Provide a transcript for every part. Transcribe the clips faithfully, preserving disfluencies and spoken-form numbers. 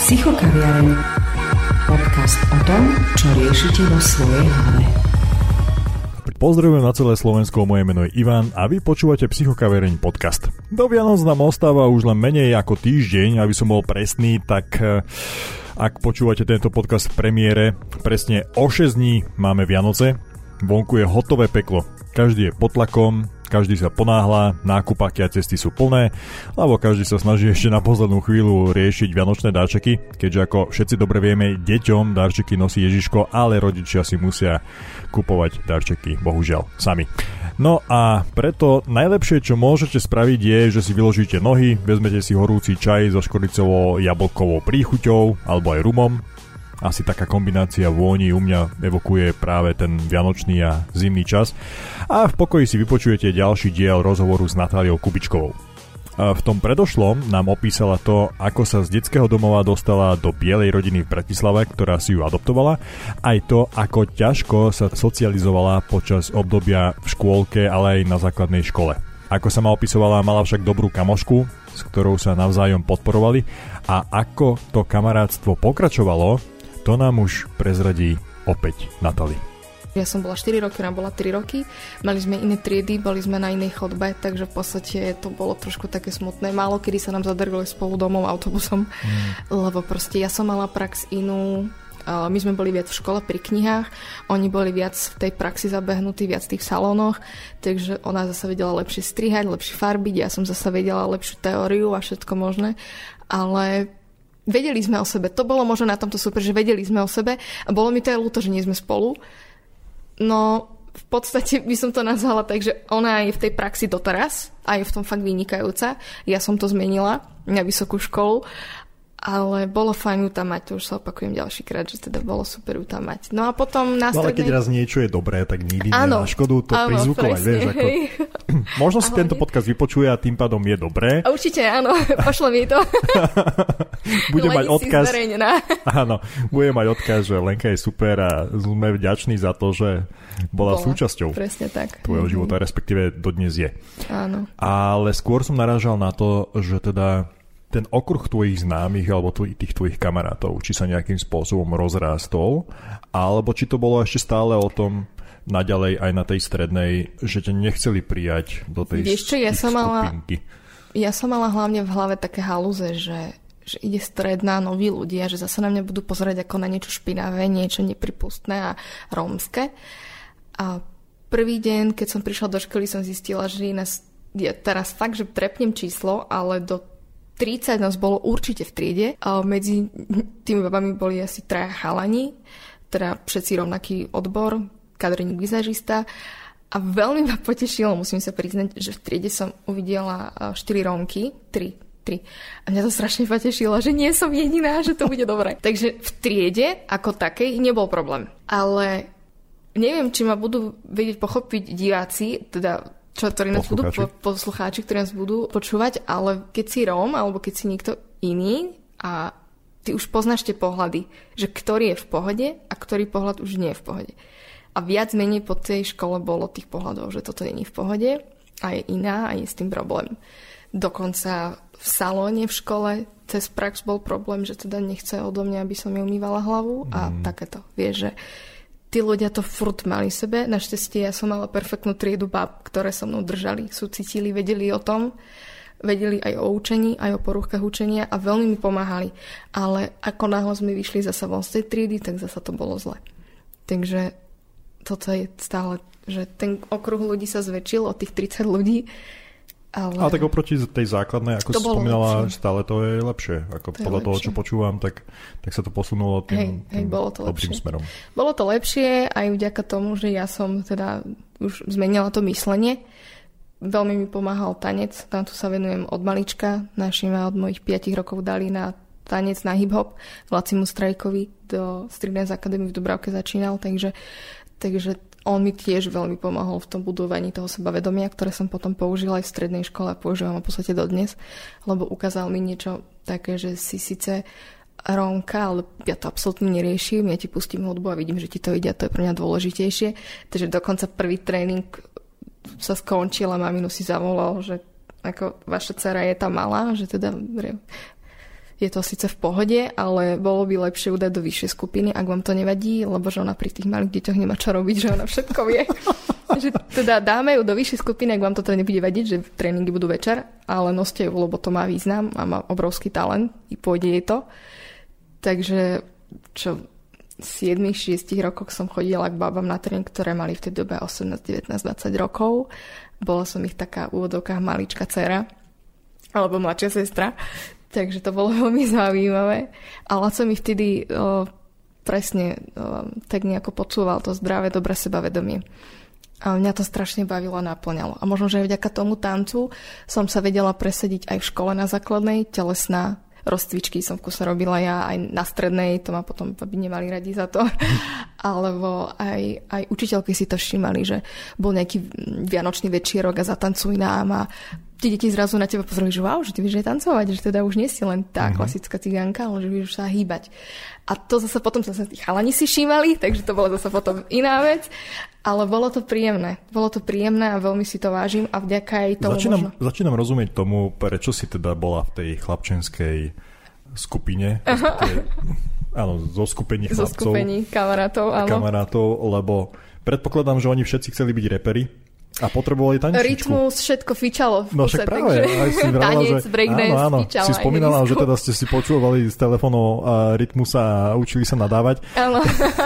Psychokaviareň. Podcast o tom, čo riešite vo svojej hlave. Pozdravujem na celé Slovensko, moje meno je Ivan a vy počúvate Psychokaviareň podcast. Do Vianoc nám ostáva už len menej ako týždeň, aby som bol presný, tak ak počúvate tento podcast v premiére, presne o šesť dní máme Vianoce, vonku je hotové peklo, každý je pod tlakom, každý sa ponáhla, nákupaky a cesty sú plné, lebo každý sa snaží ešte na poslednú chvíľu riešiť vianočné darčeky, keďže ako všetci dobre vieme, deťom darčeky nosí Ježiško, ale rodičia si musia kupovať darčeky, bohužiaľ, sami. No a preto najlepšie, čo môžete spraviť, je, že si vyložíte nohy, vezmete si horúci čaj so škoricovou-jablkovou príchuťou alebo aj rumom. Asi taká kombinácia vôni u mňa evokuje práve ten vianočný a zimný čas. A v pokoji si vypočujete ďalší diel rozhovoru s Natáliou Kubičkovou. A v tom predošlom nám opísala to, ako sa z detského domova dostala do bielej rodiny v Bratislave, ktorá si ju adoptovala, aj to, ako ťažko sa socializovala počas obdobia v škôlke, ale aj na základnej škole. Ako sa ma opisovala, mala však dobrú kamošku, s ktorou sa navzájom podporovali, a ako to kamarátstvo pokračovalo, to nám už prezradí opäť Natali. Ja som bola štyri roky, ona bola tri roky, mali sme iné triedy, boli sme na inej chodbe, takže v podstate to bolo trošku také smutné. Málo kedy sa nám zadarilo spolu domov autobusom, mm. lebo proste ja som mala prax inú, my sme boli viac v škole pri knihách, oni boli viac v tej praxi zabehnutí, viac v tých salónoch, takže ona zase vedela lepšie strihať, lepšie farbiť, ja som zase vedela lepšiu teóriu a všetko možné, ale vedeli sme o sebe. To bolo možno na tomto super, že vedeli sme o sebe a bolo mi to aj ľúto, že nie sme spolu. No v podstate by som to nazvala tak, že ona je v tej praxi doteraz a je v tom fakt vynikajúca. Ja som to zmenila na vysokú školu, ale bolo fajn ju tam mať, to už sa opakujem ďalší krát, že teda bolo super ju tam mať. No a potom na strednej... No ale keď raz niečo je dobré, tak nikdy nie na škodu to áno, prizvukovať, vieš, ako... Možno si ale... tento podcast vypočuje a tým pádom je dobré. Určite, áno, pošle mi to. Bude mať odkaz. Áno, bude mať odkaz, že Lenka je super a sme vďační za to, že bola, bola súčasťou presne tak. tvojho mm-hmm. života, respektíve dodnes je. Áno. Ale skôr som narážal na to, že teda ten okruh tvojich známych alebo tých tvojich kamarátov, či sa nejakým spôsobom rozrástol, alebo či to bolo ešte stále o tom naďalej aj na tej strednej, že ťa nechceli prijať do tej Vieš čo, ja som skupinky. Mala, ja som mala hlavne v hlave také halúze, že, že ide stredná, noví ľudia, že zase na mňa budú pozerať ako na niečo špinavé, niečo nepripustné a rómske. A prvý deň, keď som prišla do školy, som zistila, že nás, ja teraz fakt, že trepnem číslo, ale do tridsať nás bolo určite v triede. A medzi tými babami boli asi traja chalani, teda všetci rovnaký odbor, kadreník vizažista. A veľmi ma potešilo, musím sa priznať, že v triede som uvidela štyri Rómky, tri, tri. A mňa to strašne potešilo, že nie som jediná, že to bude dobré. Takže v triede ako takej nebol problém. Ale neviem, či ma budú vedieť pochopiť diváci, teda čo, ktorí nás budú, po, poslucháči, ktorí nás budú počúvať, ale keď si Róm, alebo keď si niekto iný a ty už poznáš tie pohľady, že ktorý je v pohode a ktorý pohľad už nie je v pohode. A viac menej po tej škole bolo tých pohľadov, že toto nie je v pohode a je iná a je s tým problém. Dokonca v salóne v škole cez prax bol problém, že teda nechce odo mňa, aby som jej umývala hlavu a mm. takéto. Vieš, že tí ľudia to furt mali sebe. Našťastie ja som mala perfektnú triedu báb, ktoré so mnou držali, súcitili, vedeli o tom, vedeli aj o učení, aj o poruchách učenia a veľmi mi pomáhali. Ale ako náhle sme vyšli zasa von z tej triedy, tak zasa to bolo zle. Takže toto je stále, že ten okruh ľudí sa zväčšil o tých tridsať ľudí. Ale... ale tak oproti tej základnej, ako si spomínala, lepšie. Stále to je lepšie. Ako to podľa toho, čo počúvam, tak, tak sa to posunulo tým, hej, hej, tým bolo to dobrým lepšie. Smerom. Bolo to lepšie aj vďaka tomu, že ja som teda už zmenila to myslenie. Veľmi mi pomáhal tanec, tam tu sa venujem od malička. Naši ma od mojich piatich rokov dali na tanec, na hip-hop. Lacimu Strajkovi do Street Dance Academy v Dubravke začínal, takže, takže on mi tiež veľmi pomohol v tom budovaní toho sebavedomia, ktoré som potom použila aj v strednej škole a používam ho v podstate dodnes, lebo ukázal mi niečo také, že si síce Rómka, ale ja to absolútne neriešim, ja ti pustím hudbu a vidím, že ti to ide a to je pre mňa dôležitejšie. Takže dokonca prvý tréning sa skončil a maminu si zavolal, že ako vaša dcera je tá malá, že teda je to síce v pohode, ale bolo by lepšie udať do vyššej skupiny, ak vám to nevadí, lebo že ona pri tých malých deťoch nemá čo robiť, že ona všetko vie. Že teda dáme ju do vyššej skupiny, ak vám to teda nebude vadiť, že tréningy budú večer, ale noste ju, lebo to má význam a má obrovský talent i pôjde jej to. Takže čo v siedmich šiestich rokoch som chodila k babám na tréning, ktoré mali v tej dobe osemnásť, devätnásť, dvadsať rokov. Bola som ich taká v úvodovkách malička dcera alebo mladšia sestra. Takže to bolo veľmi zaujímavé. A Laco mi vtedy o, presne o, tak nejako podsúval to zdravé, dobré sebavedomie. A mňa to strašne bavilo a naplňalo. A možno, že aj vďaka tomu tancu som sa vedela presediť aj v škole na základnej, telesná rozcvičky som v kuse robila ja, aj na strednej, to ma potom by nemali radi za to. Alebo aj, aj učiteľky si to všímali, že bol nejaký vianočný večierok a zatancuj nám a tí deti zrazu na teba pozreli, že wow, že ty vieš aj tancovať, že teda už nie si len tá uh-huh. klasická cigánka, ale že vieš sa hýbať. A to zase potom zase tí chalani si všímali, takže to bola zase potom iná vec. Ale bolo to príjemné. Bolo to príjemné a veľmi si to vážim a vďaka aj tomu začínam, možno... Začínam rozumieť tomu, prečo si teda bola v tej chlapčenskej skupine. Tej, áno, zo skupení chlapcov. Zo skupení kamarátov, áno. Kamarátov, lebo predpokladám, že oni všetci chceli byť reperi. A potrebovali tanečničku. Rytmus, všetko fičalo v kuse. No však práve, takže... aj si vrala, tanec, že... breakdance, áno, áno, fičala si spomínala, že teda ste si počúvali z telefónov Rytmusa a učili sa nadávať. Áno.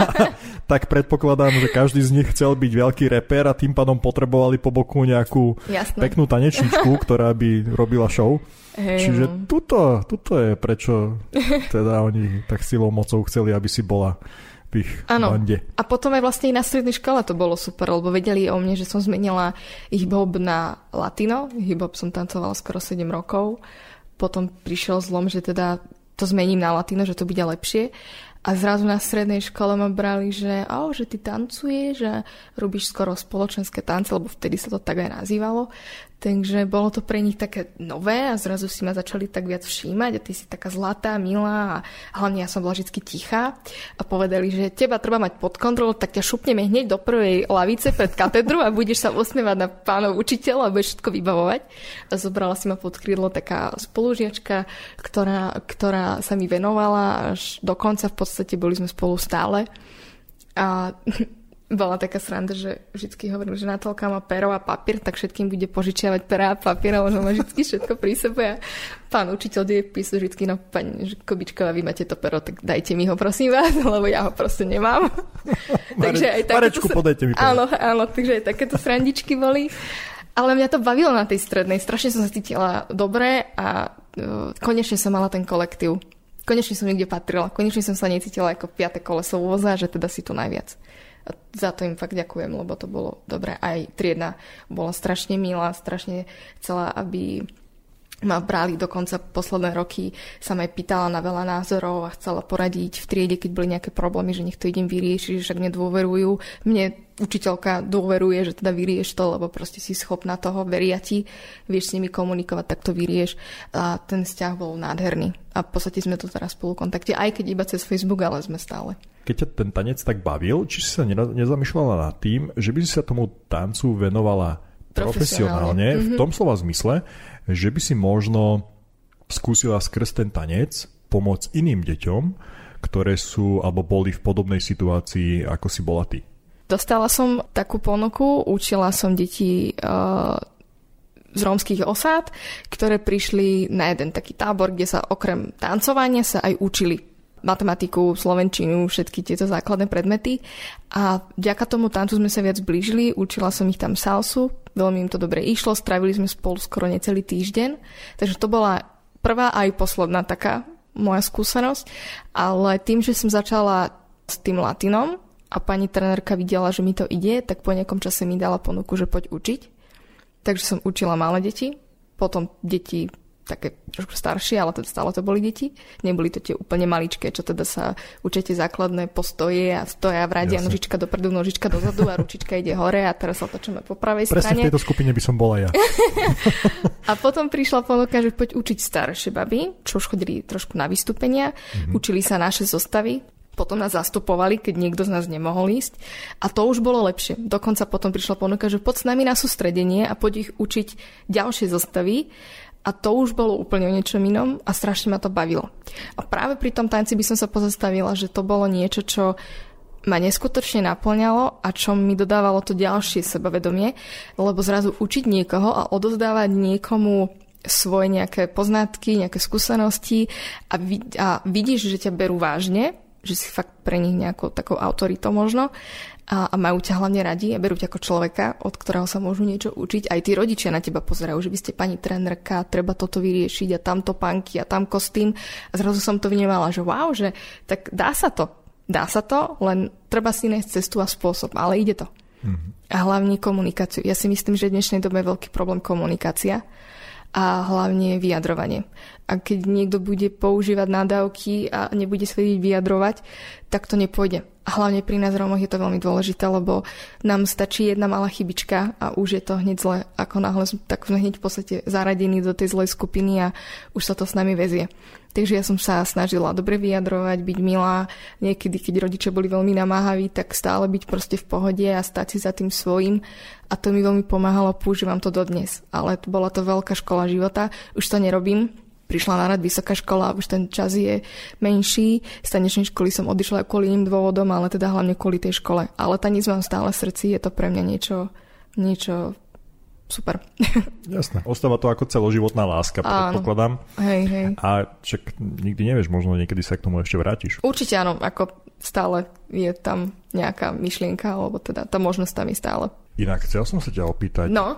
Tak predpokladám, že každý z nich chcel byť veľký reper a tým pádom potrebovali po boku nejakú Jasne. peknú tanečničku, ktorá by robila show. Hej, Čiže no. tuto, tuto je prečo teda oni tak silou mocou chceli, aby si bola v ich bande. A potom aj vlastne na strednej škole to bolo super, lebo vedeli o mne, že som zmenila hip-hop na latino. Hip-hop som tancovala skoro sedem rokov. Potom prišiel zlom, že teda to zmením na latino, že to bude lepšie. A zrazu na strednej škole ma brali, že, oh, že ty tancuješ a robíš skoro spoločenské tance, lebo vtedy sa to tak aj nazývalo. Takže bolo to pre nich také nové a zrazu si ma začali tak viac všímať a ty si taká zlatá, milá a hlavne ja som bola vždy tichá a povedali, že teba treba mať pod kontrolou, tak ťa šupneme hneď do prvej lavice pred katedru a budeš sa usmievať na pánov učiteľa a budeš všetko vybavovať. A zobrala si ma pod krídlo taká spolužiačka, ktorá, ktorá sa mi venovala až do konca, v podstate boli sme spolu stále a bola taká sranda, že vždycky hovorím, že Natálka má pero a papier, tak všetkým bude požičiavať pera a papier, ale že má vždycky všetko pri sebe a pán učiteľ die písať vždycky, no pani Kobičková, vy máte to pero, tak dajte mi ho, prosím vás, lebo ja ho proste nemám. takže aj Marečku, podajte mi pero. Áno, áno, takže aj takéto srandičky boli. Ale mňa to bavilo na tej strednej, strašne som sa cítila dobre a uh, konečne som mala ten kolektív. Konečne som niekde patrila, konečne som sa necítila ako piate koleso voza, že teda si tu najviac. A za to im fakt ďakujem, lebo to bolo dobré. Aj triedna bola strašne milá, strašne chcela, aby ma brali, dokonca posledné roky sa ma aj pýtala na veľa názorov a chcela poradiť v triede, keď boli nejaké problémy, že nech to idem vyriešiť, že však mne dôverujú. Mne učiteľka dôveruje, že teda vyrieš to, lebo proste si schopná toho, veria ti, vieš s nimi komunikovať, tak to vyrieš. A ten vzťah bol nádherný. A v podstate sme to teraz spolu v kontakte, aj keď iba cez Facebook, ale sme stále. Keď ťa ten tanec tak bavil, či si sa nezamýšľala nad tým, že by si sa tomu tancu venovala profesionálne, mm-hmm. v tom slova zmysle, že by si možno skúsila skrz ten tanec pomôcť iným deťom, ktoré sú alebo boli v podobnej situácii, ako si bola ty. Dostala som takú ponuku, učila som deti uh, z rómskych osád, ktoré prišli na jeden taký tábor, kde sa okrem tancovania sa aj učili matematiku, slovenčinu, všetky tieto základné predmety. A vďaka tomu tancu sme sa viac blížili, učila som ich tam salsu, veľmi im to dobre išlo, strávili sme spolu skoro necelý týždeň, takže to bola prvá aj posledná taká moja skúsenosť, ale tým, že som začala s tým latinom a pani trenérka videla, že mi to ide, tak po nejakom čase mi dala ponuku, že poď učiť. Takže som učila malé deti, potom deti také trošku staršie, ale teda stále to boli deti. Neboli to tie úplne maličké, čo teda sa učíte základné postoje a stoja v rade a nožička dopredu, nožička dozadu a ručička ide hore a teraz sa točíme po pravej Presne strane. Presne v tejto skupine by som bola ja. A potom prišla ponuka, že poď učiť staršie baby, čo už chodili trošku na vystúpenia, mm-hmm. učili sa naše zostavy, potom nás zastupovali, keď niekto z nás nemohol ísť. A to už bolo lepšie. Dokonca potom prišla ponuka, že poď s nami na sústredenie a poď ich učiť ďalšie zostavy. A to už bolo úplne o niečom inom a strašne ma to bavilo. A práve pri tom tanci by som sa pozastavila, že to bolo niečo, čo ma neskutočne naplňalo a čo mi dodávalo to ďalšie sebavedomie, lebo zrazu učiť niekoho a odozdávať niekomu svoje nejaké poznatky, nejaké skúsenosti a, vid- a vidíš, že ťa berú vážne, že si fakt pre nich nejakou takou autoritou možno a, a majú ťa hlavne radi a berú ťa ako človeka, od ktorého sa môžu niečo učiť. Aj tí rodičia na teba pozerajú, že vy ste pani trénerka, treba toto vyriešiť a tamto panky a tam kostým. A zrazu som to vnímala, že wow, že tak dá sa to. Dá sa to, len treba si nájsť cestu a spôsob, ale ide to. Mm-hmm. A hlavne komunikáciu. Ja si myslím, že v dnešnej dobe je veľký problém komunikácia a hlavne vyjadrovanie. A keď niekto bude používať nadávky a nebude sa vedieť vyjadrovať, tak to nepôjde. A hlavne pri nás Rómoch je to veľmi dôležité, lebo nám stačí jedna malá chybička a už je to hneď zle. Ako náhle tak sme hneď v podstate zaradení do tej zlej skupiny a už sa to s nami vezie. Takže ja som sa snažila dobre vyjadrovať, byť milá. Niekedy, keď rodičia boli veľmi namáhaví, tak stále byť proste v pohode a stať si za tým svojím. A to mi veľmi pomáhalo, používam to dodnes. Ale bola to veľká škola života. Už to nerobím. Prišla na rad vysoká škola, už ten čas je menší. Z tanečnej školy som odišla kvôli iným dôvodom, ale teda hlavne kvôli tej škole. Ale tanec mám stále v srdci, je to pre mňa niečo, niečo super. Jasné. Ostáva to ako celoživotná láska, predpokladám. Hej, hej. A čak nikdy nevieš, možno niekedy sa k tomu ešte vrátiš. Určite áno, ako stále je tam nejaká myšlienka, alebo teda tá možnosť tam je stále. Inak chcel som sa ťa opýtať, no?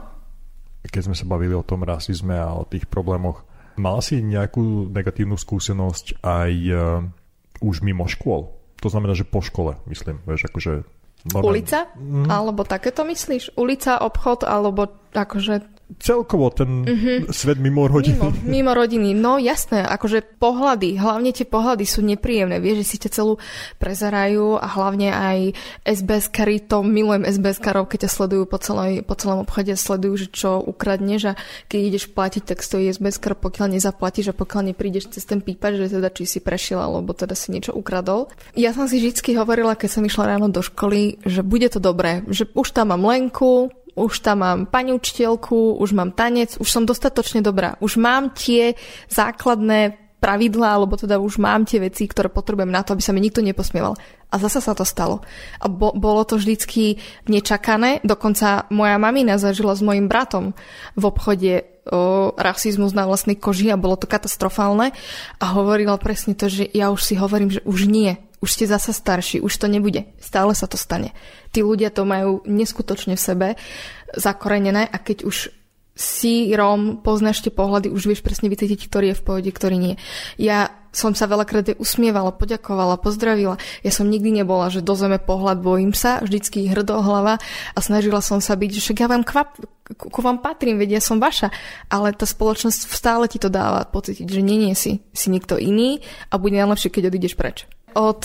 Keď sme sa bavili o tom rasizme a o tých problémoch, mala si nejakú negatívnu skúsenosť aj uh, už mimo škôl? To znamená, že po škole, myslím, vieš, akože... Normálne... Ulica? Mm. Alebo takéto myslíš? Ulica, obchod, alebo akože... Celkovo ten mm-hmm. svet mimo rodiny. Mimo, mimo rodiny, no jasné, akože pohľady, hlavne tie pohľady sú nepríjemné, vieš, že si ťa celú prezerajú a hlavne aj es bé eskari, to milujem es bé eskarov, keď ťa sledujú po, celej, po celom obchode, sledujú, že čo ukradneš a keď ideš platiť, tak stojí es bé eskar, pokiaľ nezaplatíš a pokiaľ neprídeš cez ten pípač, že teda či si prešiel, alebo teda si niečo ukradol. Ja som si vždycky hovorila, keď som išla ráno do školy, že bude to dobré, že už tam mám Lenku, už tam mám pani učiteľku, už mám tanec, už som dostatočne dobrá. Už mám tie základné pravidlá, alebo teda už mám tie veci, ktoré potrebujem na to, aby sa mi nikto neposmieval. A zasa sa to stalo. A bo, bolo to vždycky nečakané. Dokonca moja mamina zažila s mojim bratom v obchode o, rasizmus na vlastnej koži a bolo to katastrofálne. A hovorila presne to, že ja už si hovorím, že už nie. Už ste zasa starší, už to nebude. Stále sa to stane. Tí ľudia to majú neskutočne v sebe zakorenené a keď už si Róm, poznáš tie pohľady, už vieš presne vycítiť, ktorý je v pohode, ktorý nie. Ja som sa veľakrát usmievala, poďakovala, pozdravila. Ja som nikdy nebola, že do zeme pohľad, bojím sa, vždycky hrdo hlava a snažila som sa byť, že však ja vám kvap, ku vám patrím, veď ja som vaša. Ale tá spoločnosť stále ti to dáva pocítiť, že nie, nie si, si niekto iný a bude najlepšie, keď odídeš preč. Od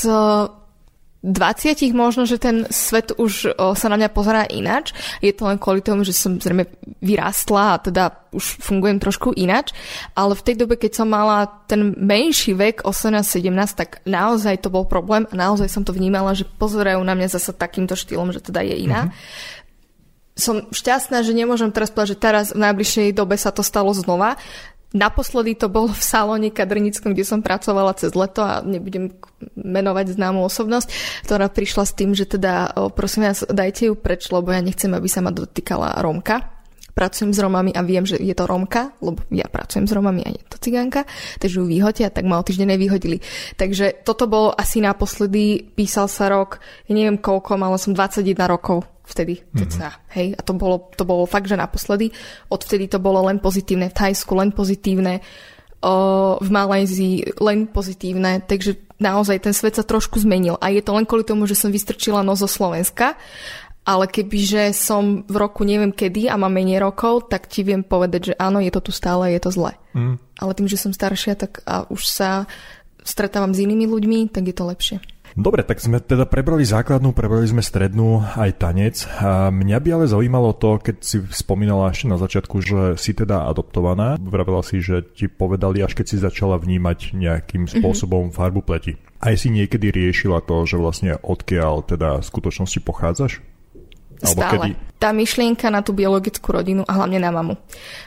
dvadsiatich možno, že ten svet už sa na mňa pozerá ináč. Je to len kvôli tomu, že som zrejme vyrástla a teda už fungujem trošku ináč. Ale v tej dobe, keď som mala ten menší vek, osemnásť sedemnásť, tak naozaj to bol problém a naozaj som to vnímala, že pozerajú na mňa zasa takýmto štýlom, že teda je iná. Mm-hmm. Som šťastná, že nemôžem teraz povedať, že teraz v najbližšej dobe sa to stalo znova. Naposledy to bolo v salóne kadrnickom, kde som pracovala cez leto a nebudem menovať známú osobnosť, ktorá prišla s tým, že teda prosím vás, dajte ju preč, lebo ja nechcem, aby sa ma dotýkala Rómka. Pracujem s Rómami a viem, že je to Rómka, lebo ja pracujem s Rómami a nie to cigánka, takže ju vyhodia, tak ma o týždeň nevyhodili. Takže toto bolo asi naposledy, písal sa rok, ja neviem koľko, mala som dvadsaťjeden rokov. Vtedy, mm-hmm. hej, a to bolo, to bolo fakt, že naposledy. Odvtedy to bolo len pozitívne, v Thajsku len pozitívne, o, v Malajzii len pozitívne, takže naozaj ten svet sa trošku zmenil. A je to len kvôli tomu, že som vystrčila nos zo Slovenska, ale kebyže som v roku neviem kedy a mám menej rokov, tak ti viem povedať, že áno, je to tu stále, je to zle. Mm. Ale tým, že som staršia, tak a už sa stretávam s inými ľuďmi, tak je to lepšie. Dobre, tak sme teda prebrali základnú, prebrali sme strednú, aj tanec. A mňa by ale zaujímalo to, keď si spomínala ešte na začiatku, že si teda adoptovaná. Vravela si, že ti povedali, až keď si začala vnímať nejakým spôsobom mm-hmm. farbu pleti. Aj si niekedy riešila to, že vlastne odkiaľ teda v skutočnosti pochádzaš? Alebo Stále. Kedy... Tá myšlienka na tú biologickú rodinu a hlavne na mamu.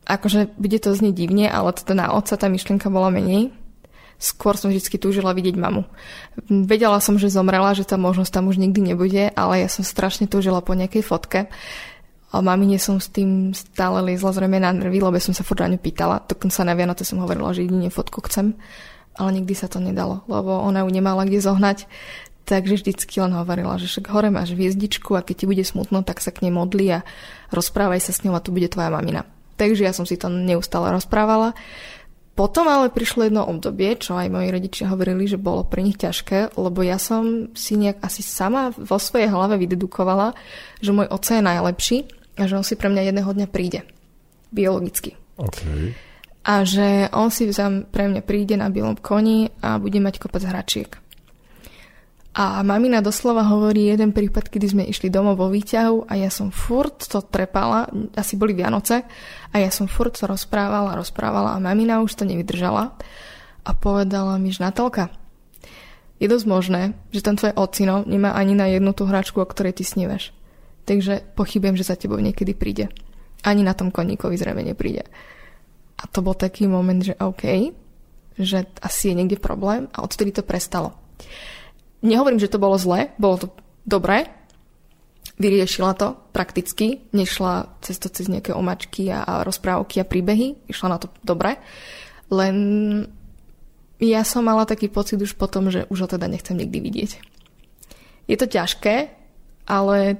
akože bude to znieť divne, ale teda na otca tá myšlienka bola menej. Skôr som vždy túžila vidieť mamu. Vedela som, že zomrela, že tá možnosť tam už nikdy nebude, ale ja som strašne túžila po nejakej fotke. A mamine som s tým stále liezla zrejme na nervy, lebo som sa furt na ňu pýtala. Dokonca na Vianoce som hovorila, že jedine fotku chcem, ale nikdy sa to nedalo, lebo ona ju nemala kde zohnať. Takže vždycky len hovorila, že však hore máš hviezdičku a keď ti bude smutno, tak sa k nej modli a rozprávaj sa s ňou a tu bude tvoja mamina. Takže ja som si to neustále rozprávala. Potom ale prišlo jedno obdobie, čo aj moji rodičia hovorili, že bolo pre nich ťažké, lebo ja som si nejak asi sama vo svojej hlave vydedukovala, že môj oco je najlepší a že on si pre mňa jedného dňa príde. Biologicky. Okay. A že on si pre mňa príde na bielom koni a bude mať kopec hračiek. A mamina doslova hovorí jeden prípad, kedy sme išli domov vo výťahu a ja som furt to trepala, asi boli Vianoce, a ja som furt to rozprávala, rozprávala a mamina už to nevydržala a povedala mi, že Natálka, je dosť možné, že ten tvoj ocino nemá ani na jednu tú hračku, o ktorej ty snívaš. Takže pochybujem, že za tebou niekedy príde. Ani na tom koníkovi zrejme nepríde. A to bol taký moment, že OK, že asi je niekde problém a odtedy to prestalo. Nehovorím, že to bolo zle, bolo to dobré, vyriešila to prakticky, nešla cez to cez nejaké omačky a, a rozprávky a príbehy, išla na to dobre, len ja som mala taký pocit už potom, že už ho teda nechcem nikdy vidieť. Je to ťažké, ale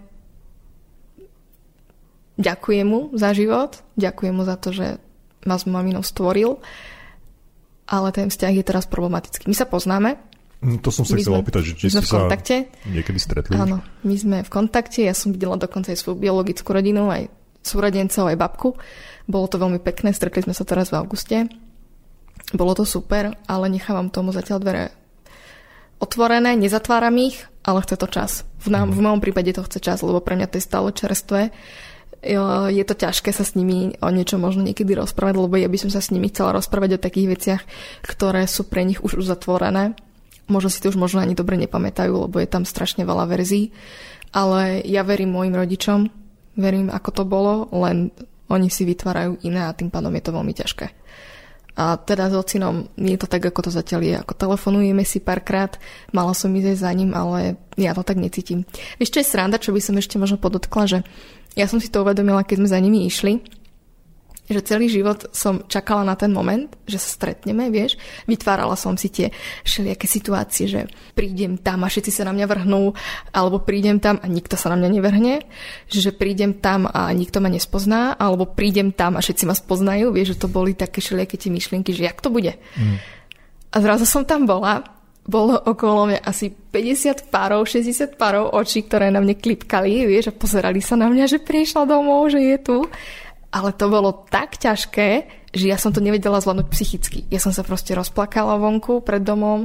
ďakujem mu za život, ďakujem mu za to, že ma s maminou stvoril, ale ten vzťah je teraz problematický. My sa poznáme. To som sa chcela opýtať, že či ste sa niekedy stretli? Áno, my sme v kontakte, ja som videla dokonca aj svoju biologickú rodinu, aj súrodencov, aj babku. Bolo to veľmi pekné, stretli sme sa teraz v auguste. Bolo to super, ale nechávam tomu zatiaľ dvere otvorené, nezatváram ich, ale chce to čas. V, nám, v mojom prípade to chce čas, lebo pre mňa to je stále čerstvé. Je to ťažké sa s nimi o niečo možno niekedy rozprávať, lebo ja by som sa s nimi chcela rozprávať o takých veciach, ktoré sú pre nich už uzatvorené. Možno si to už možno ani dobre nepamätajú, lebo je tam strašne veľa verzií. Ale ja verím mojim rodičom, verím, ako to bolo, len oni si vytvárajú iné a tým pádom je to veľmi ťažké. A teda s ocinom nie je to tak, ako to zatiaľ je. Ako telefonujeme si párkrát, mala som ísť za ním, ale ja to tak necítim. Vieš, čo je sranda, čo by som ešte možno podotkla, že ja som si to uvedomila, keď sme za nimi išli, že celý život som čakala na ten moment, že sa stretneme, vieš. Vytvárala som si tie všelijaké situácie, že prídem tam a všetci sa na mňa vrhnú, alebo prídem tam a nikto sa na mňa nevrhne, že prídem tam a nikto ma nespozná, alebo prídem tam a všetci ma spoznajú, vieš, že to boli také všelijaké tie myšlienky, že jak to bude. Mm. A zrazu som tam bola, bolo okolo mňa asi päťdesiat párov, šesťdesiat párov očí, ktoré na mne klipkali, vieš, a pozerali sa na mňa, že prišla domov, že je tu. Ale to bolo tak ťažké, že ja som to nevedela zvládnuť psychicky. Ja som sa proste rozplakala vonku pred domom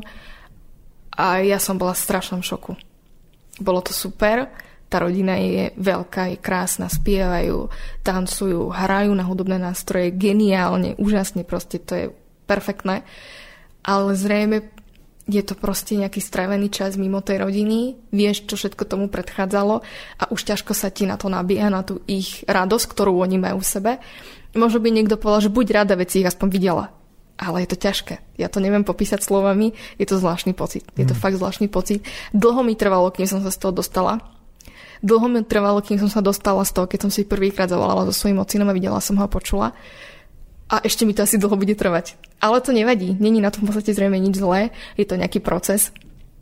a ja som bola v strašnom šoku. Bolo to super, tá rodina je veľká, je krásna, spievajú, tancujú, hrajú na hudobné nástroje, geniálne, úžasne, proste to je perfektné. Ale zrejme je to proste nejaký strávený čas mimo tej rodiny, vieš, čo všetko tomu predchádzalo a už ťažko sa ti na to nabíja, na tú ich radosť, ktorú oni majú v sebe. Možno by niekto povedal, že buď rada, veď si ich aspoň videla. Ale je to ťažké. Ja to neviem popísať slovami, je to zvláštny pocit. Je to mm. fakt zvláštny pocit. Dlho mi trvalo, kým som sa z toho dostala. Dlho mi trvalo, kým som sa dostala z toho, keď som si prvýkrát zavolala so svojím ocinom a videla som ho a počula. A ešte mi to asi dlho bude trvať. Ale to nevadí. Není na tom v podstate zrejme nič zlé. Je to nejaký proces.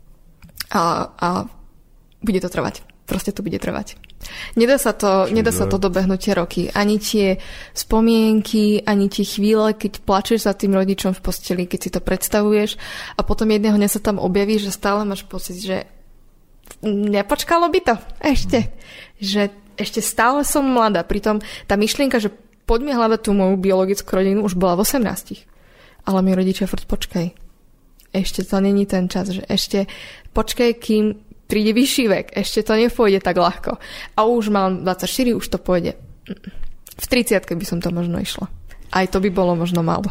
A, a bude to trvať. Proste to bude trvať. Nedá sa to, nedá sa to dobehnúť tie roky. Ani tie spomienky, ani tie chvíle, keď plačeš za tým rodičom v posteli, keď si to predstavuješ a potom jedného dňa sa tam objavíš, že stále máš pocit, že nepočkalo by to. Ešte. Že ešte stále som mladá. Pritom tá myšlienka, že poďme hľadať tú moju biologickú rodinu, už bola v osemnástich. Ale mi rodičia furt počkaj. Ešte to není ten čas, že ešte počkaj, kým príde vyšší vek. Ešte to nepôjde tak ľahko. A už mám dvadsaťštyri, už to pôjde. V tridsiatke by som to možno išla. Aj to by bolo možno málo.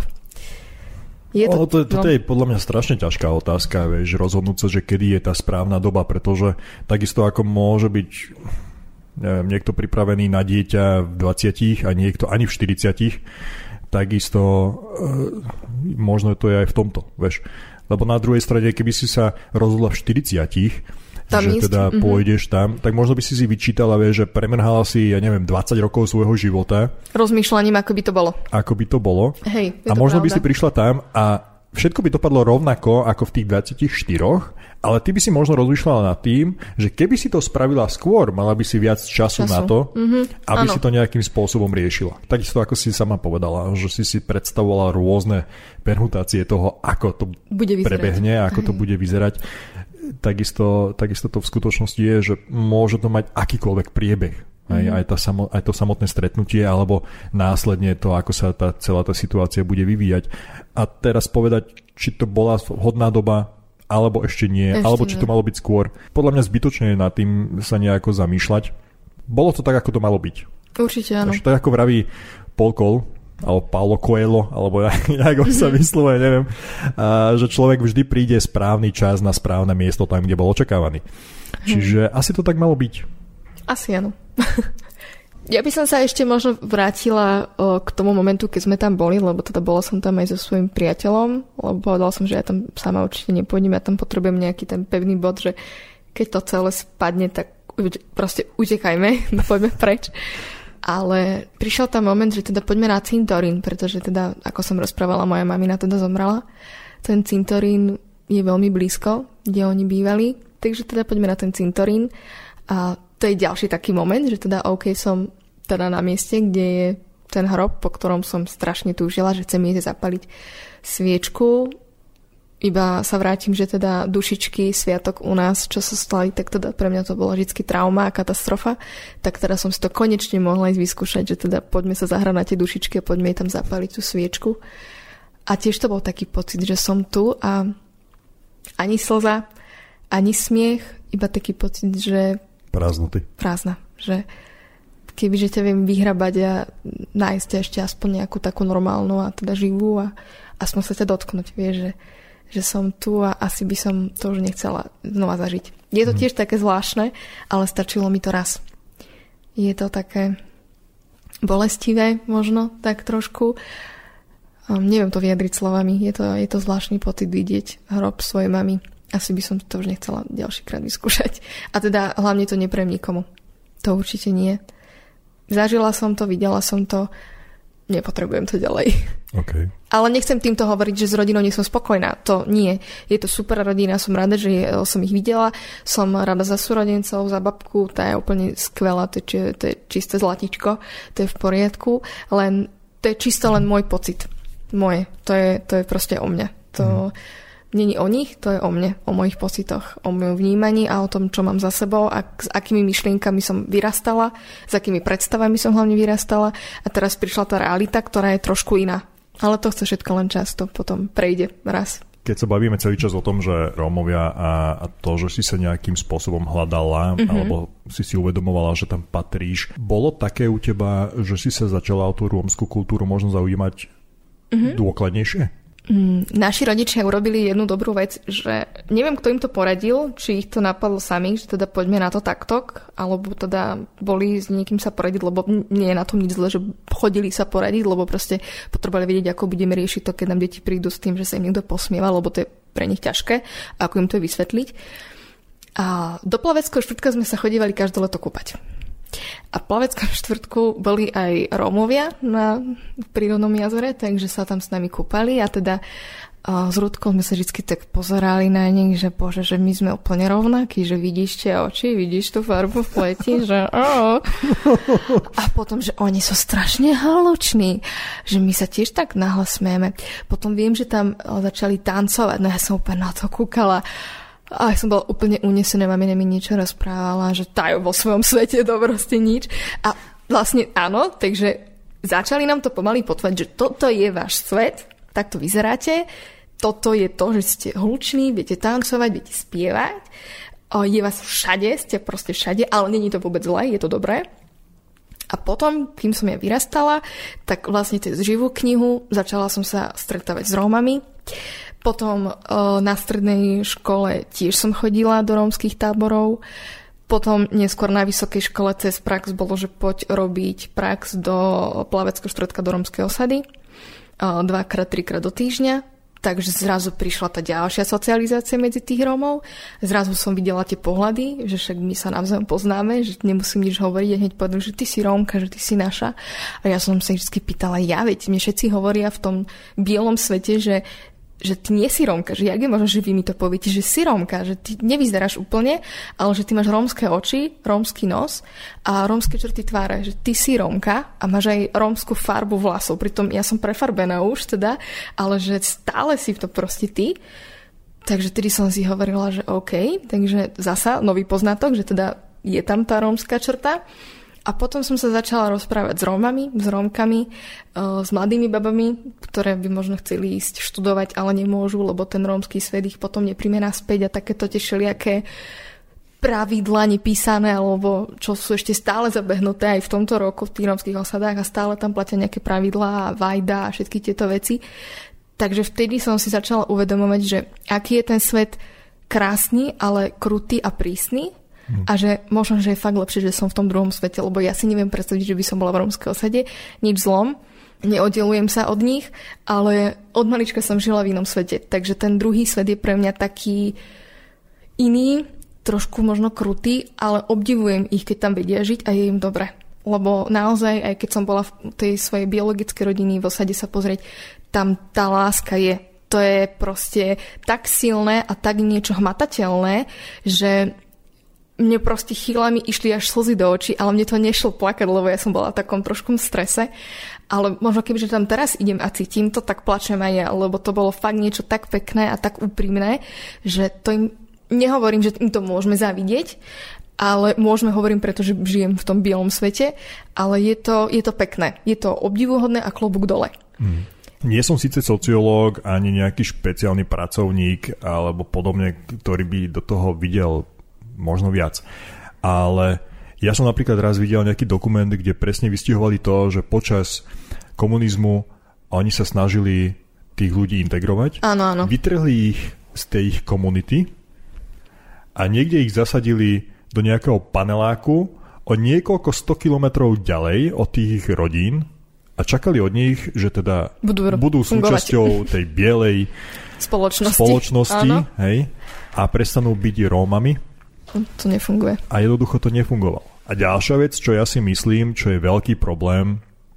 Je to, to, to, to no. je podľa mňa strašne ťažká otázka, vieš, rozhodnúť sa, že kedy je tá správna doba, pretože takisto ako môže byť niekto pripravený na dieťa v dvadsiatich a niekto ani v štyridsiatich, takisto možno to je aj v tomto, vieš. Lebo na druhej strane, keby si sa rozhodla v štyridsiatich, tam že ísť. teda mm-hmm. pôjdeš tam, tak možno by si si vyčítala, vieš, že premrhala si, ja neviem, dvadsať rokov svojho života. Rozmýšľaním, ako by to bolo. Ako by to bolo. Hej, a možno pravda. By si prišla tam a všetko by dopadlo rovnako ako v tých dvadsiatich štyroch, ale ty by si možno rozmýšľala nad tým, že keby si to spravila skôr, mala by si viac času, času. na to, mm-hmm. aby ano. si to nejakým spôsobom riešila. Takisto ako si sama povedala, že si si predstavovala rôzne permutácie toho, ako to prebehne, ako Aj. to bude vyzerať. Takisto, takisto to v skutočnosti je, že môže to mať akýkoľvek priebeh. Aj, mm-hmm. aj, tá samo, aj to samotné stretnutie, alebo následne to, ako sa tá, celá tá situácia bude vyvíjať. A teraz povedať, či to bola vhodná doba, alebo ešte nie, ešte alebo či nie. to malo byť skôr. Podľa mňa zbytočne je nad tým sa nejako zamýšľať. Bolo to tak, ako to malo byť. Určite áno. Tak ako vraví Paul Cole, alebo Paulo Coelho, alebo ako sa vyslovuje, neviem, a, že človek vždy príde správny čas na správne miesto tam, kde bol očakávaný. Čiže hmm. asi to tak malo byť. Asi áno. Ja by som sa ešte možno vrátila o, k tomu momentu, keď sme tam boli, lebo teda bola som tam aj so svojím priateľom, lebo povedala som, že ja tam sama určite nepôjdem, ja tam potrebujem nejaký ten pevný bod, že keď to celé spadne, tak proste utekajme, poďme preč. Ale prišiel tam moment, že teda poďme na cintorín, pretože teda, ako som rozprávala, moja mamina teda zomrela. Ten cintorín je veľmi blízko, kde oni bývali, takže teda poďme na ten cintorín. A to je ďalší taký moment, že teda OK, som teda na mieste, kde je ten hrob, po ktorom som strašne túžila, že chcem ísť zapaliť sviečku. Iba sa vrátim, že teda dušičky, sviatok u nás, čo sa stali, tak teda pre mňa to bolo vždycky trauma a katastrofa. Tak teda som si to konečne mohla ísť vyskúšať, že teda poďme sa zahrať na tie dušičky a poďme tam zapaliť tú sviečku. A tiež to bol taký pocit, že som tu a ani slza, ani smiech, iba taký pocit, že prázdnoty. Prázdna, že kebyže ťa viem vyhrabať a nájsť ešte aspoň nejakú takú normálnu a teda živú a aspoň sa ťa dotknúť, vieš, že, že som tu a asi by som to už nechcela znova zažiť. Je to tiež také zvláštne, ale stačilo mi to raz. Je to také bolestivé možno, tak trošku. Um, neviem to vyjadriť slovami. Je to, je to zvláštny pocit vidieť hrob svojej mamy. Asi by som to už nechcela ďalšíkrát vyskúšať. A teda hlavne to neprem nikomu. To určite nie. Zažila som to, videla som to, nepotrebujem to ďalej. Okay. Ale nechcem týmto hovoriť, že s rodinou nie som spokojná. To nie. Je to super rodina, som rada, že som ich videla. Som rada za súrodencov, za babku, tá je úplne skvelá, to je, to je čisté zlatičko, to je v poriadku. Len, to je čisto len môj pocit. Moje. To je, to je proste o mňa. To... Mm. Není o nich, to je o mne, o mojich pocitoch, o mojom vnímaní a o tom, čo mám za sebou a s akými myšlienkami som vyrastala, s akými predstavami som hlavne vyrastala a teraz prišla tá realita, ktorá je trošku iná. Ale to chce všetko len čas, to potom prejde raz. Keď sa bavíme celý čas o tom, že Rómovia a, a to, že si sa nejakým spôsobom hľadala mm-hmm. alebo si si uvedomovala, že tam patríš, bolo také u teba, že si sa začala o tú rómskú kultúru možno zaujímať mm-hmm. dôkladnejšie? Naši rodičia urobili jednu dobrú vec, že neviem, kto im to poradil, či ich to napadlo samých, že teda poďme na to takto, alebo teda boli s niekým sa poradiť, lebo nie je na tom nič zle, že chodili sa poradiť, lebo proste potrebovali vedieť, ako budeme riešiť to, keď nám deti prídu s tým, že sa im niekto posmieva, lebo to je pre nich ťažké, ako im to je vysvetliť. A do Plaveckého štvrtka sme sa chodívali každé leto kúpať. A v Plaveckom štvrtku boli aj Rómovia na prírodnom jazere, takže sa tam s nami kúpali a teda a s Rudkou sme sa vždy tak pozerali na nich, že bože, že my sme úplne rovnakí, že vidíš tie oči, vidíš tú farbu v pleti, že oh. A potom, že oni sú strašne haluční, že my sa tiež tak nahlas smieme. Potom viem, že tam začali tancovať, no ja som úplne na to kúkala. A ja som bola úplne unesená, mamina mi niečo rozprávala, že tá vo svojom svete to proste nič. A vlastne áno, takže začali nám to pomaly potvať, že toto je váš svet, takto vyzeráte, toto je to, že ste hluční, viete tancovať, viete spievať, je vás všade, ste proste všade, ale nie je to vôbec zlé, je to dobré. A potom, kým som ja vyrastala, tak vlastne cez živú knihu začala som sa stretávať s Rómami. Potom na strednej škole tiež som chodila do rómskych táborov. Potom neskôr na vysokej škole cez prax bolo, že poď robiť prax do plaveckého štvrtka do rómskej osady. Dvakrát, trikrát do týždňa. Takže zrazu prišla tá ďalšia socializácia medzi tých Rómov. Zrazu som videla tie pohľady, že však my sa navzájom poznáme, že nemusím nič hovoriť a hneď povedať, že ty si Rómka, že ty si naša. A ja som sa vždy pýtala, ja veď, mne všetci hovoria v tom bielom svete, že že ty nie si Rómka, že jak je možno, že vy mi to poviete, že si Rómka, že ty nevyzeráš úplne, ale že ty máš rómske oči, rómsky nos a rómske črty tváre, že ty si Rómka a máš aj rómsku farbu vlasov. Pritom ja som prefarbená už teda, ale že stále si to proste ty. Takže tedy som si hovorila, že OK, takže zasa nový poznatok, že teda je tam tá rómska črta. A potom som sa začala rozprávať s Rómami, s Rómkami, s mladými babami, ktoré by možno chceli ísť študovať, ale nemôžu, lebo ten rómsky svet ich potom nepríjme naspäť a takéto tie všelijaké pravidlá nepísané, alebo čo sú ešte stále zabehnuté aj v tomto roku v tých rómskych osadách a stále tam platia nejaké pravidlá, vajda a všetky tieto veci. Takže vtedy som si začala uvedomovať, že aký je ten svet krásny, ale krutý a prísny. A že možno, že je fakt lepšie, že som v tom druhom svete, lebo ja si neviem predstaviť, že by som bola v rómskej osade, nič zlom, neoddelujem sa od nich, ale od malička som žila v inom svete, takže ten druhý svet je pre mňa taký iný, trošku možno krutý, ale obdivujem ich, keď tam vedia žiť a je im dobre. Lebo naozaj, aj keď som bola v tej svojej biologickej rodiny v osade sa pozrieť, tam tá láska je. To je proste tak silné a tak niečo hmatateľné, že mne proste chvíľami išli až slzy do očí, ale mne to nešlo plakať, lebo ja som bola v takom trošku strese. Ale možno kebyže tam teraz idem a cítim to, tak plačem aj ja, lebo to bolo fakt niečo tak pekné a tak úprimné, že to im, nehovorím, že im to môžeme zavidieť, ale môžeme, hovorím, pretože žijem v tom bielom svete, ale je to, je to pekné. Je to obdivuhodné a klobúk dole. Hmm. Nie som síce sociológ, ani nejaký špeciálny pracovník, alebo podobne, ktorý by do toho videl možno viac. Ale ja som napríklad raz videl nejaký dokument, kde presne vystihovali to, že počas komunizmu oni sa snažili tých ľudí integrovať. Áno, áno. Vytrhli ich z tej ich komunity a niekde ich zasadili do nejakého paneláku o niekoľko sto kilometrov ďalej od tých ich rodín a čakali od nich, že teda budú, budú súčasťou tej bielej spoločnosti, spoločnosti hej, a prestanú byť Rómami. To nefunguje. A jednoducho to nefungovalo. A ďalšia vec, čo ja si myslím, čo je veľký problém,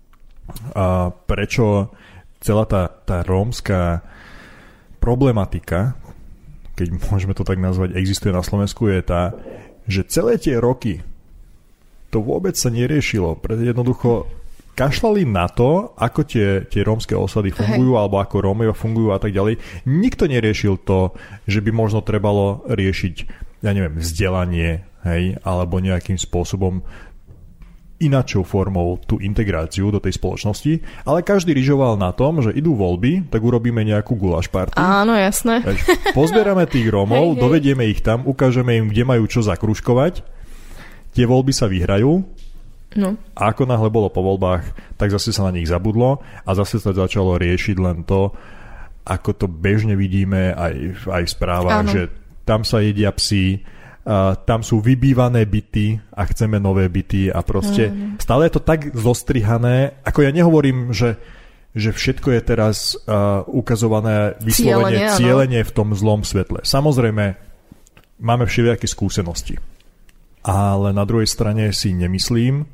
a prečo celá tá, tá rómska problematika, keď môžeme to tak nazvať, existuje na Slovensku, je tá, že celé tie roky to vôbec sa neriešilo. Jednoducho kašľali na to, ako tie, tie rómske osady fungujú, Hej. alebo ako Rómovia fungujú a tak ďalej. Nikto neriešil to, že by možno trebalo riešiť ja neviem, vzdelanie, hej, alebo nejakým spôsobom inačou formou tú integráciu do tej spoločnosti, ale každý ryžoval na tom, že idú voľby, tak urobíme nejakú guláš party. Áno, jasné. Pozbierame tých Rómov, hej, hej. dovedieme ich tam, ukážeme im, kde majú čo zakružkovať, tie voľby sa vyhrajú no. a ako náhle bolo po voľbách, tak zase sa na nich zabudlo a zase sa začalo riešiť len to, ako to bežne vidíme aj, aj v správach, Áno. že tam sa jedia psi, uh, tam sú vybývané byty a chceme nové byty a proste mm. stále je to tak zostrihané, ako ja nehovorím, že, že všetko je teraz uh, ukazované vyslovene cieľenie, cieľenie v tom zlom svetle. Samozrejme, máme všelijaké skúsenosti. Ale na druhej strane si nemyslím,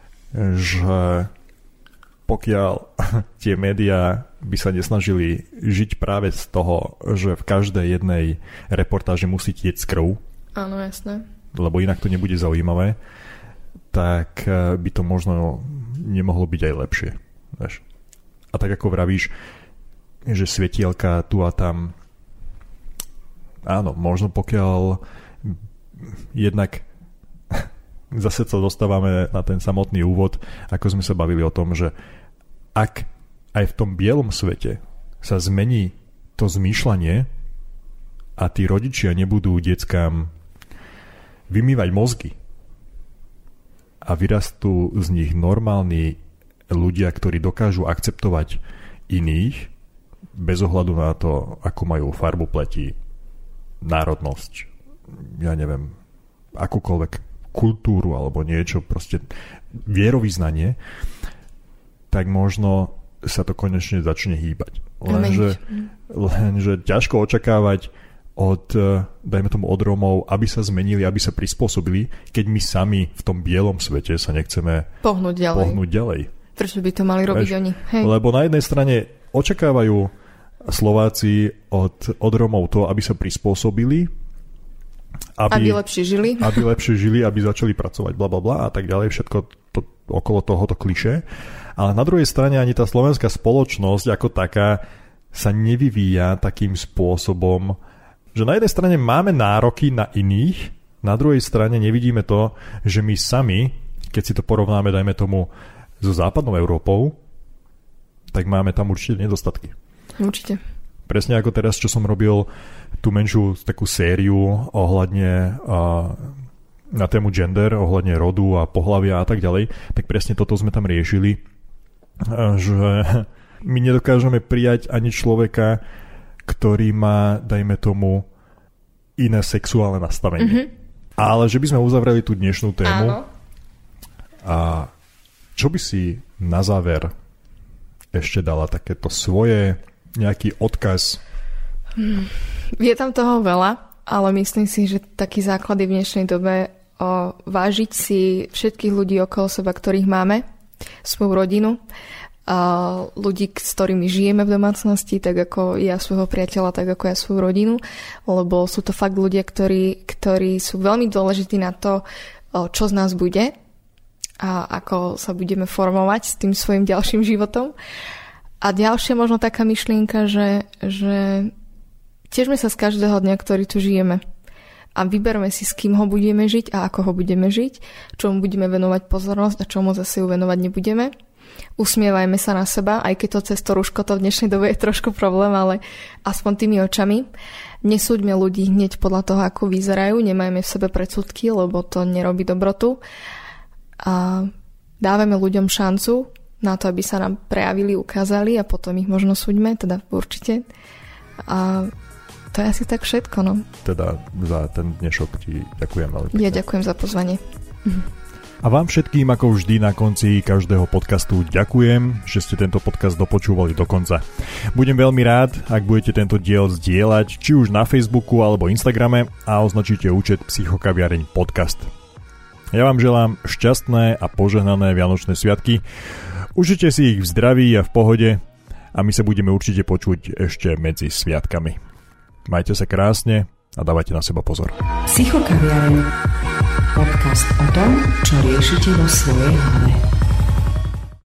že pokiaľ tie médiá by sa nesnažili žiť práve z toho, že v každej jednej reportáži musí tiec krv. Áno, jasné. Lebo inak to nebude zaujímavé, tak by to možno nemohlo byť aj lepšie. Vieš? A tak ako vravíš, že svetielka tu a tam, áno, možno pokiaľ jednak zase sa dostávame na ten samotný úvod, ako sme sa bavili o tom, že ak aj v tom bielom svete sa zmení to zmýšľanie a tí rodičia nebudú deckám vymývať mozgy a vyrastú z nich normálni ľudia, ktorí dokážu akceptovať iných bez ohľadu na to, ako majú farbu pleti, národnosť, ja neviem, akúkoľvek kultúru alebo niečo, proste vierovyznanie, tak možno sa to konečne začne hýbať. Lenže, lenže ťažko očakávať od, dajme tomu, od Rómov, aby sa zmenili, aby sa prispôsobili, keď my sami v tom bielom svete sa nechceme pohnúť ďalej. Pohnúť ďalej. Prečo by to mali robiť Veš, oni? Hej. Lebo na jednej strane očakávajú Slováci od, od Rómov to, aby sa prispôsobili, aby, aby lepšie žili. Aby lepšie žili, aby začali pracovať, bla bla bla a tak ďalej, všetko to, okolo tohoto klišé. Ale na druhej strane ani tá slovenská spoločnosť ako taká sa nevyvíja takým spôsobom, že na jednej strane máme nároky na iných, na druhej strane nevidíme to, že my sami, keď si to porovnáme, dajme tomu, so západnou Európou, tak máme tam určite nedostatky. Určite. Presne ako teraz, čo som robil tú menšiu takú sériu ohľadne uh, na tému gender, ohľadne rodu a pohlavia a tak ďalej, tak presne toto sme tam riešili, uh, že my nedokážeme prijať ani človeka, ktorý má, dajme tomu, iné sexuálne nastavenie. Mm-hmm. Ale že by sme uzavreli tú dnešnú tému. Áno. A čo by si na záver ešte dala takéto svoje, nejaký odkaz? Hmm. Je tam toho veľa, ale myslím si, že taký základ je v dnešnej dobe o, vážiť si všetkých ľudí okolo seba, ktorých máme, svoju rodinu, a ľudí, s ktorými žijeme v domácnosti, tak ako ja svojho priateľa, tak ako ja svoju rodinu, lebo sú to fakt ľudia, ktorí, ktorí sú veľmi dôležití na to, čo z nás bude a ako sa budeme formovať s tým svojim ďalším životom. A ďalšia možno taká myšlienka, že, že tiežme sa z každého dňa, ktorý tu žijeme, a vyberme si, s kým ho budeme žiť a ako ho budeme žiť, čomu budeme venovať pozornosť a čomu zase ju venovať nebudeme. Usmievajme sa na seba, aj keď to cez to rúško to v dnešnej dobe je trošku problém, ale aspoň tými očami. Nesúďme ľudí hneď podľa toho, ako vyzerajú, nemajme v sebe predsudky, lebo to nerobí dobrotu. A dávame ľuďom šancu na to, aby sa nám prejavili, ukázali a potom ich možno súďme, teda určite. A to je asi tak všetko, no. Teda za ten dnešok ti ďakujem veľmi pekne. Ja ďakujem za pozvanie. A vám všetkým, ako vždy na konci každého podcastu, ďakujem, že ste tento podcast dopočúvali do konca. Budem veľmi rád, ak budete tento diel zdieľať, či už na Facebooku alebo Instagrame a označíte účet Psychokaviareň podcast. Ja vám želám šťastné a požehnané Vianočné sviatky. Užite si ich v zdraví a v pohode a my sa budeme určite počuť ešte medzi sviatkami. Majte sa krásne a dávajte na seba pozor. Psychokaviareň. Podcast o tom, čo riešite vo svojej hlave.